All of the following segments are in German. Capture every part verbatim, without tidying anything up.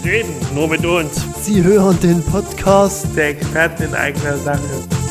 Reden nur mit uns. Sie hören den Podcast der Experten in eigener Sache.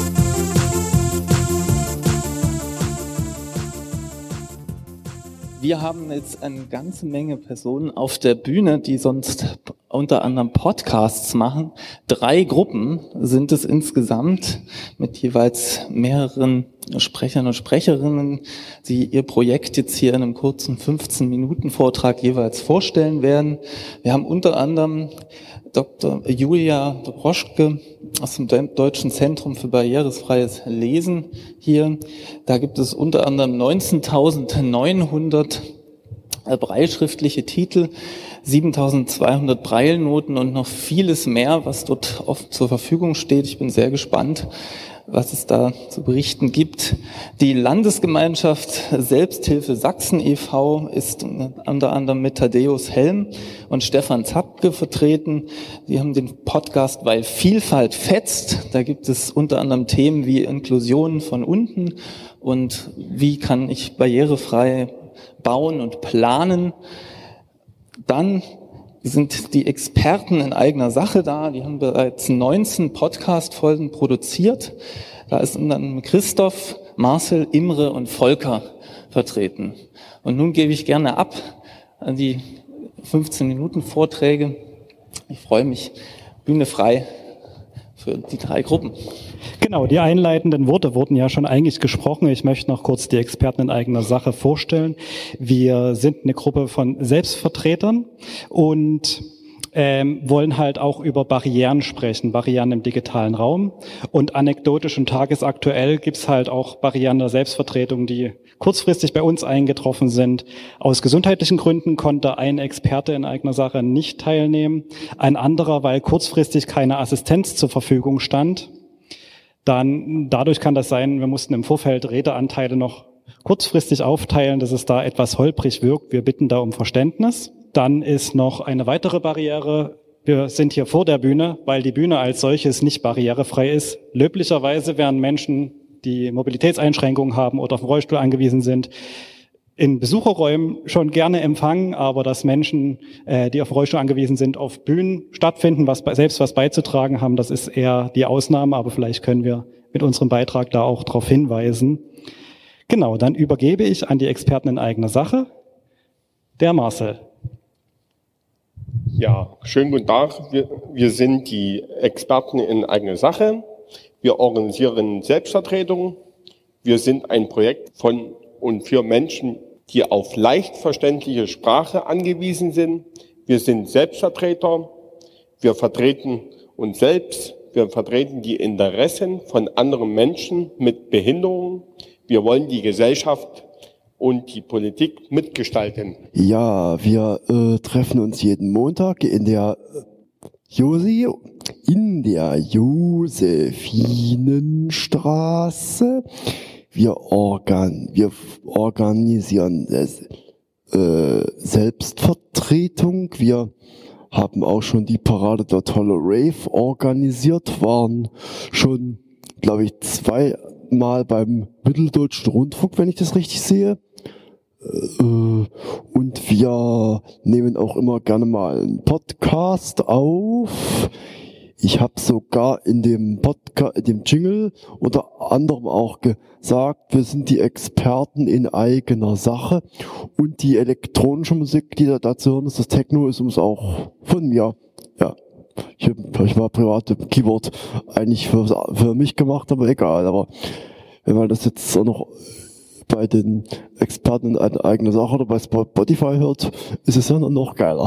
Wir haben jetzt eine ganze Menge Personen auf der Bühne, die sonst unter anderem Podcasts machen. Drei Gruppen sind es insgesamt mit jeweils mehreren Sprechern und Sprecherinnen, die ihr Projekt jetzt hier in einem kurzen fünfzehn-Minuten-Vortrag jeweils vorstellen werden. Wir haben unter anderem Doktor Julia Dobroschke aus dem Deutschen Zentrum für barrierefreies Lesen hier. Da gibt es unter anderem neunzehntausendneunhundert breitschriftliche Titel, siebentausendzweihundert Braillenoten und noch vieles mehr, was dort oft zur Verfügung steht. Ich bin sehr gespannt, was es da zu berichten gibt. Die Landesgemeinschaft Selbsthilfe Sachsen e V ist unter anderem mit Thaddäus Helm und Stefan Zapke vertreten. Die haben den Podcast Weil Vielfalt fetzt. Da gibt es unter anderem Themen wie Inklusion von unten und wie kann ich barrierefrei bauen und planen. Dann sind die Experten in eigener Sache da. Die haben bereits neunzehn Podcast-Folgen produziert. Da ist dann Christoph, Marcel, Imre und Volker vertreten. Und nun gebe ich gerne ab an die fünfzehn-Minuten-Vorträge. Ich freue mich. Bühne frei für die drei Gruppen. Genau, die einleitenden Worte wurden ja schon eigentlich gesprochen. Ich möchte noch kurz die Experten in eigener Sache vorstellen. Wir sind eine Gruppe von Selbstvertretern und ähm, wollen halt auch über Barrieren sprechen, Barrieren im digitalen Raum. Und anekdotisch und tagesaktuell gibt's halt auch Barrieren der Selbstvertretung, die kurzfristig bei uns eingetroffen sind. Aus gesundheitlichen Gründen konnte ein Experte in eigener Sache nicht teilnehmen, ein anderer, weil kurzfristig keine Assistenz zur Verfügung stand. Dann dadurch kann das sein, wir mussten im Vorfeld Redeanteile noch kurzfristig aufteilen, dass es da etwas holprig wirkt. Wir bitten da um Verständnis. Dann ist noch eine weitere Barriere. Wir sind hier vor der Bühne, weil die Bühne als solches nicht barrierefrei ist. Löblicherweise werden Menschen, die Mobilitätseinschränkungen haben oder auf den Rollstuhl angewiesen sind, in Besucherräumen schon gerne empfangen, aber dass Menschen, äh, die auf den Rollstuhl angewiesen sind, auf Bühnen stattfinden, was selbst was beizutragen haben, das ist eher die Ausnahme, aber vielleicht können wir mit unserem Beitrag da auch darauf hinweisen. Genau, dann übergebe ich an die Experten in eigener Sache. Der Marcel. Ja, schönen guten Tag. Wir, wir sind die Experten in eigener Sache. Wir organisieren Selbstvertretung. Wir sind ein Projekt von und für Menschen, die auf leicht verständliche Sprache angewiesen sind. Wir sind Selbstvertreter. Wir vertreten uns selbst. Wir vertreten die Interessen von anderen Menschen mit Behinderungen. Wir wollen die Gesellschaft und die Politik mitgestalten. Ja, wir äh, treffen uns jeden Montag in der Josi, in der Josephinenstraße. Wir, organ, wir organisieren äh, Selbstvertretung. Wir haben auch schon die Parade der Tolle Rave organisiert, waren schon, glaube ich, zweimal beim Mitteldeutschen Rundfunk, wenn ich das richtig sehe. Und wir nehmen auch immer gerne mal einen Podcast auf. Ich habe sogar in dem Podcast, in dem Jingle unter anderem auch gesagt, wir sind die Experten in eigener Sache und die elektronische Musik, die da dazu hören, ist das Techno, ist uns auch von mir. Ja, ich habe ich mal private Keyboard eigentlich für, für mich gemacht, aber egal. Aber wenn man das jetzt auch noch bei den Experten in eine eigene Sache oder bei Spotify hört, ist es ja noch geiler.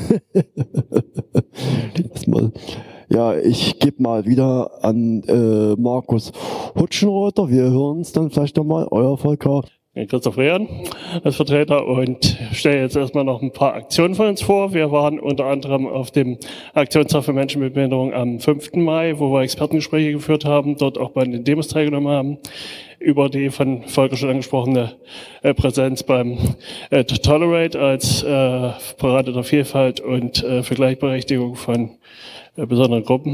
mal, ja, ich gebe mal wieder an äh, Markus Hutschenreuter. Wir hören uns dann vielleicht nochmal. Euer Volker. Christoph Rehren als Vertreter und stelle jetzt erstmal noch ein paar Aktionen von uns vor. Wir waren unter anderem auf dem Aktionstag für Menschen mit Behinderung am fünften Mai, wo wir Expertengespräche geführt haben, dort auch bei den Demos teilgenommen haben, über die von Volker schon angesprochene äh, Präsenz beim äh, Tolerate als äh, Parade der Vielfalt und äh, für Gleichberechtigung von äh, besonderen Gruppen,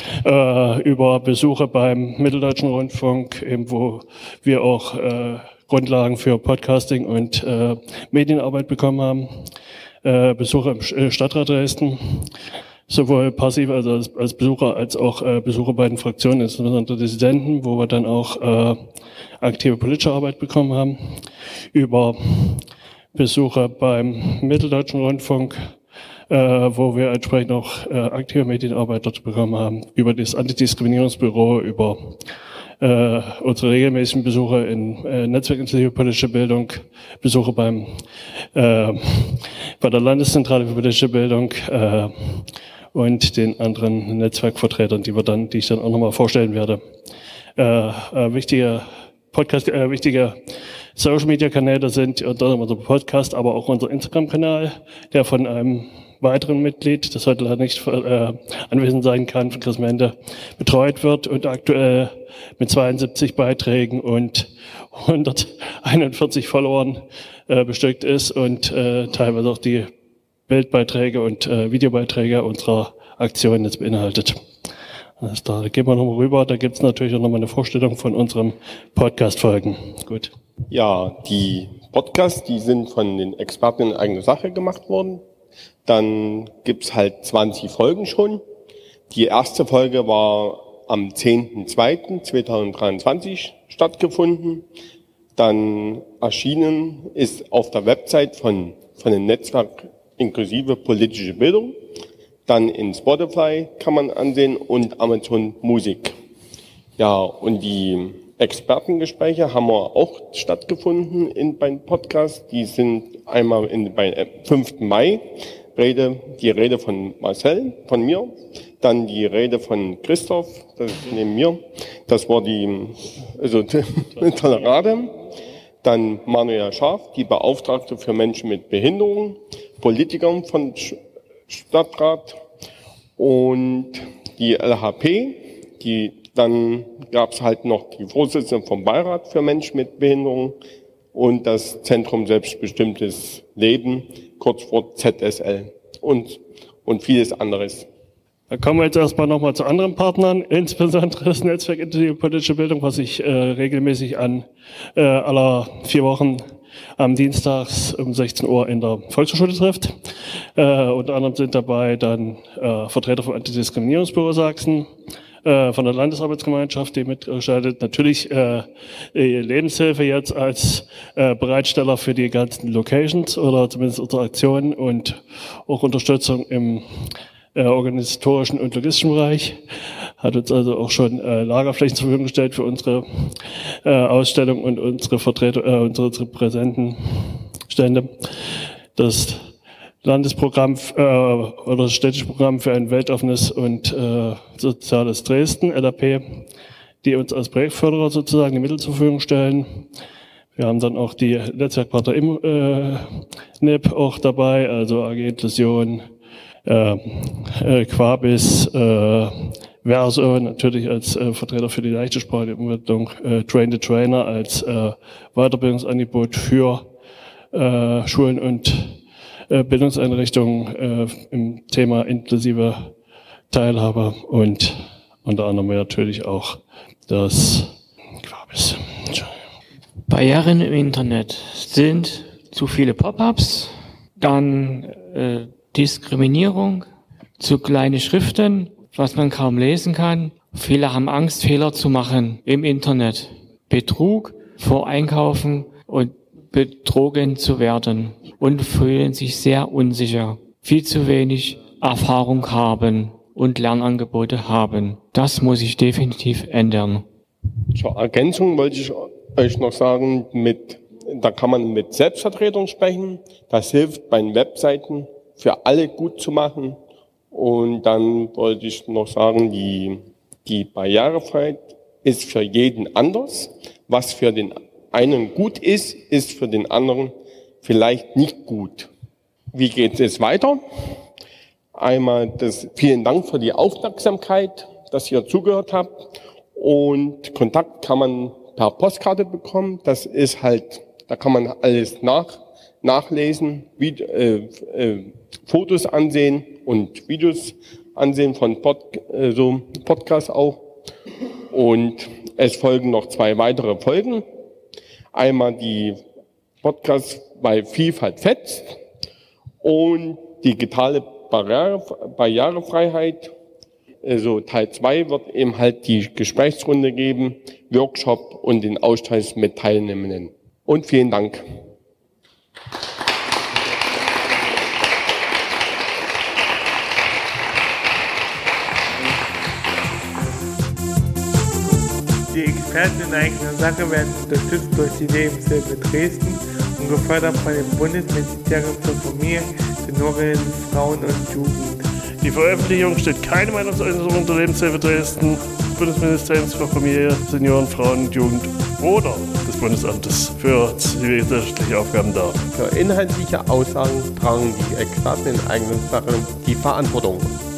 äh, über Besuche beim Mitteldeutschen Rundfunk, eben wo wir auch äh, Grundlagen für Podcasting und äh, Medienarbeit bekommen haben. Äh, Besucher im Stadtrat Dresden, sowohl passiv, also als, als Besucher, als auch äh, Besucher bei den Fraktionen, insbesondere Dissidenten, wo wir dann auch äh, aktive politische Arbeit bekommen haben. Über Besucher beim Mitteldeutschen Rundfunk, äh, wo wir entsprechend auch äh, aktive Medienarbeit dort bekommen haben. Über das Antidiskriminierungsbüro, über äh, unsere regelmäßigen Besuche in äh, Netzwerkinitiative Politische Bildung, Besuche beim äh, bei der Landeszentrale für politische Bildung äh, und den anderen Netzwerkvertretern, die wir dann, die ich dann auch nochmal vorstellen werde. Äh, äh, wichtige Podcast, äh, wichtige Social-Media-Kanäle sind unter anderem unser Podcast, aber auch unser Instagram-Kanal, der von einem weiteren Mitglied, das heute leider nicht äh, anwesend sein kann, von Chris Mende, betreut wird und aktuell mit zweiundsiebzig Beiträgen und hunderteinundvierzig Followern äh, bestückt ist und äh, teilweise auch die Bildbeiträge und äh, Videobeiträge unserer Aktion jetzt beinhaltet. Also da gehen wir nochmal rüber, da gibt es natürlich auch nochmal eine Vorstellung von unserem Podcast-Folgen. Gut. Ja, die Podcasts, die sind von den Experten in eigener Sache gemacht worden. Dann gibt's halt zwanzig Folgen schon. Die erste Folge war am zehnten zweiten zweitausenddreiundzwanzig stattgefunden. Dann erschienen ist auf der Website von, von dem Netzwerk inklusive politische Bildung. Dann in Spotify kann man ansehen und Amazon Musik. Ja, und die Expertengespräche haben wir auch stattgefunden in, beim Podcast. Die sind einmal in, beim fünften Mai. Rede, die Rede von Marcel, von mir. Dann die Rede von Christoph, das ist neben mir. Das war die, also, Tolerade. Dann Manuela Scharf, die Beauftragte für Menschen mit Behinderung. Politiker von Stadtrat. Und die L H P, die Dann gab es halt noch die Vorsitzende vom Beirat für Menschen mit Behinderung und das Zentrum Selbstbestimmtes Leben, kurz Wort Z S L und, und vieles anderes. Da kommen wir jetzt erstmal nochmal zu anderen Partnern, insbesondere das Netzwerk Inklusive Politische Bildung, was sich äh, regelmäßig an äh, aller vier Wochen am Dienstags um sechzehn Uhr in der Volkshochschule trifft. Äh, unter anderem sind dabei dann äh, Vertreter vom Antidiskriminierungsbüro Sachsen, äh, von der Landesarbeitsgemeinschaft, die mitgestaltet, natürlich äh, die Lebenshilfe jetzt als äh, Bereitsteller für die ganzen Locations oder zumindest unsere Aktionen und auch Unterstützung im äh, organisatorischen und logistischen Bereich. Hat uns also auch schon äh, Lagerflächen zur Verfügung gestellt für unsere äh, Ausstellung und unsere Vertreter, äh, unsere, unsere Präsentenstände. Das Landesprogramm äh, oder das städtische Programm für ein weltoffenes und äh, soziales Dresden, L A P, die uns als Projektförderer sozusagen die Mittel zur Verfügung stellen. Wir haben dann auch die Netzwerkpartner im äh, N I P auch dabei, also A G Inklusion, äh, äh, Quabis, äh, Verso natürlich als äh, Vertreter für die leichte sprachliche Umwandlung, äh, Train the Trainer als äh, Weiterbildungsangebot für äh, Schulen und äh, Bildungseinrichtungen äh, im Thema inklusive Teilhabe und unter anderem natürlich auch das Quabis. Barrieren im Internet sind zu viele Pop-ups, dann äh, Diskriminierung, zu kleine Schriften, was man kaum lesen kann. Viele haben Angst, Fehler zu machen im Internet. Betrug vor Einkaufen und betrogen zu werden und fühlen sich sehr unsicher. Viel zu wenig Erfahrung haben und Lernangebote haben. Das muss sich definitiv ändern. Zur Ergänzung wollte ich euch noch sagen, mit, da kann man mit Selbstvertretern sprechen. Das hilft bei den Webseiten für alle gut zu machen. Und dann wollte ich noch sagen, die, die Barrierefreiheit ist für jeden anders. Was für den einen gut ist, ist für den anderen vielleicht nicht gut. Wie geht es weiter? Einmal das, vielen Dank für die Aufmerksamkeit, dass ihr zugehört habt. Und Kontakt kann man per Postkarte bekommen. Das ist halt, da kann man alles nach, nachlesen, wie, äh, äh, Fotos ansehen und Videos ansehen von Pod, äh, so Podcasts auch. Und es folgen noch zwei weitere Folgen. Einmal die Podcast bei Vielfalt fetzt und digitale Barriere, Barrierefreiheit. Also Teil zwei wird eben halt die Gesprächsrunde geben, Workshop und den Austausch mit Teilnehmenden. Und vielen Dank. Die Experten in eigener Sache werden unterstützt durch die Lebenshilfe Dresden und gefördert von dem Bundesministerium für Familie, Senioren, Frauen und Jugend. Die Veröffentlichung steht keine Meinungsäußerung der Lebenshilfe Dresden, des Bundesministeriums für Familie, Senioren, Frauen und Jugend oder des Bundesamtes für zivilgesellschaftliche Aufgaben dar. Für inhaltliche Aussagen tragen die Experten in eigener Sache die Verantwortung.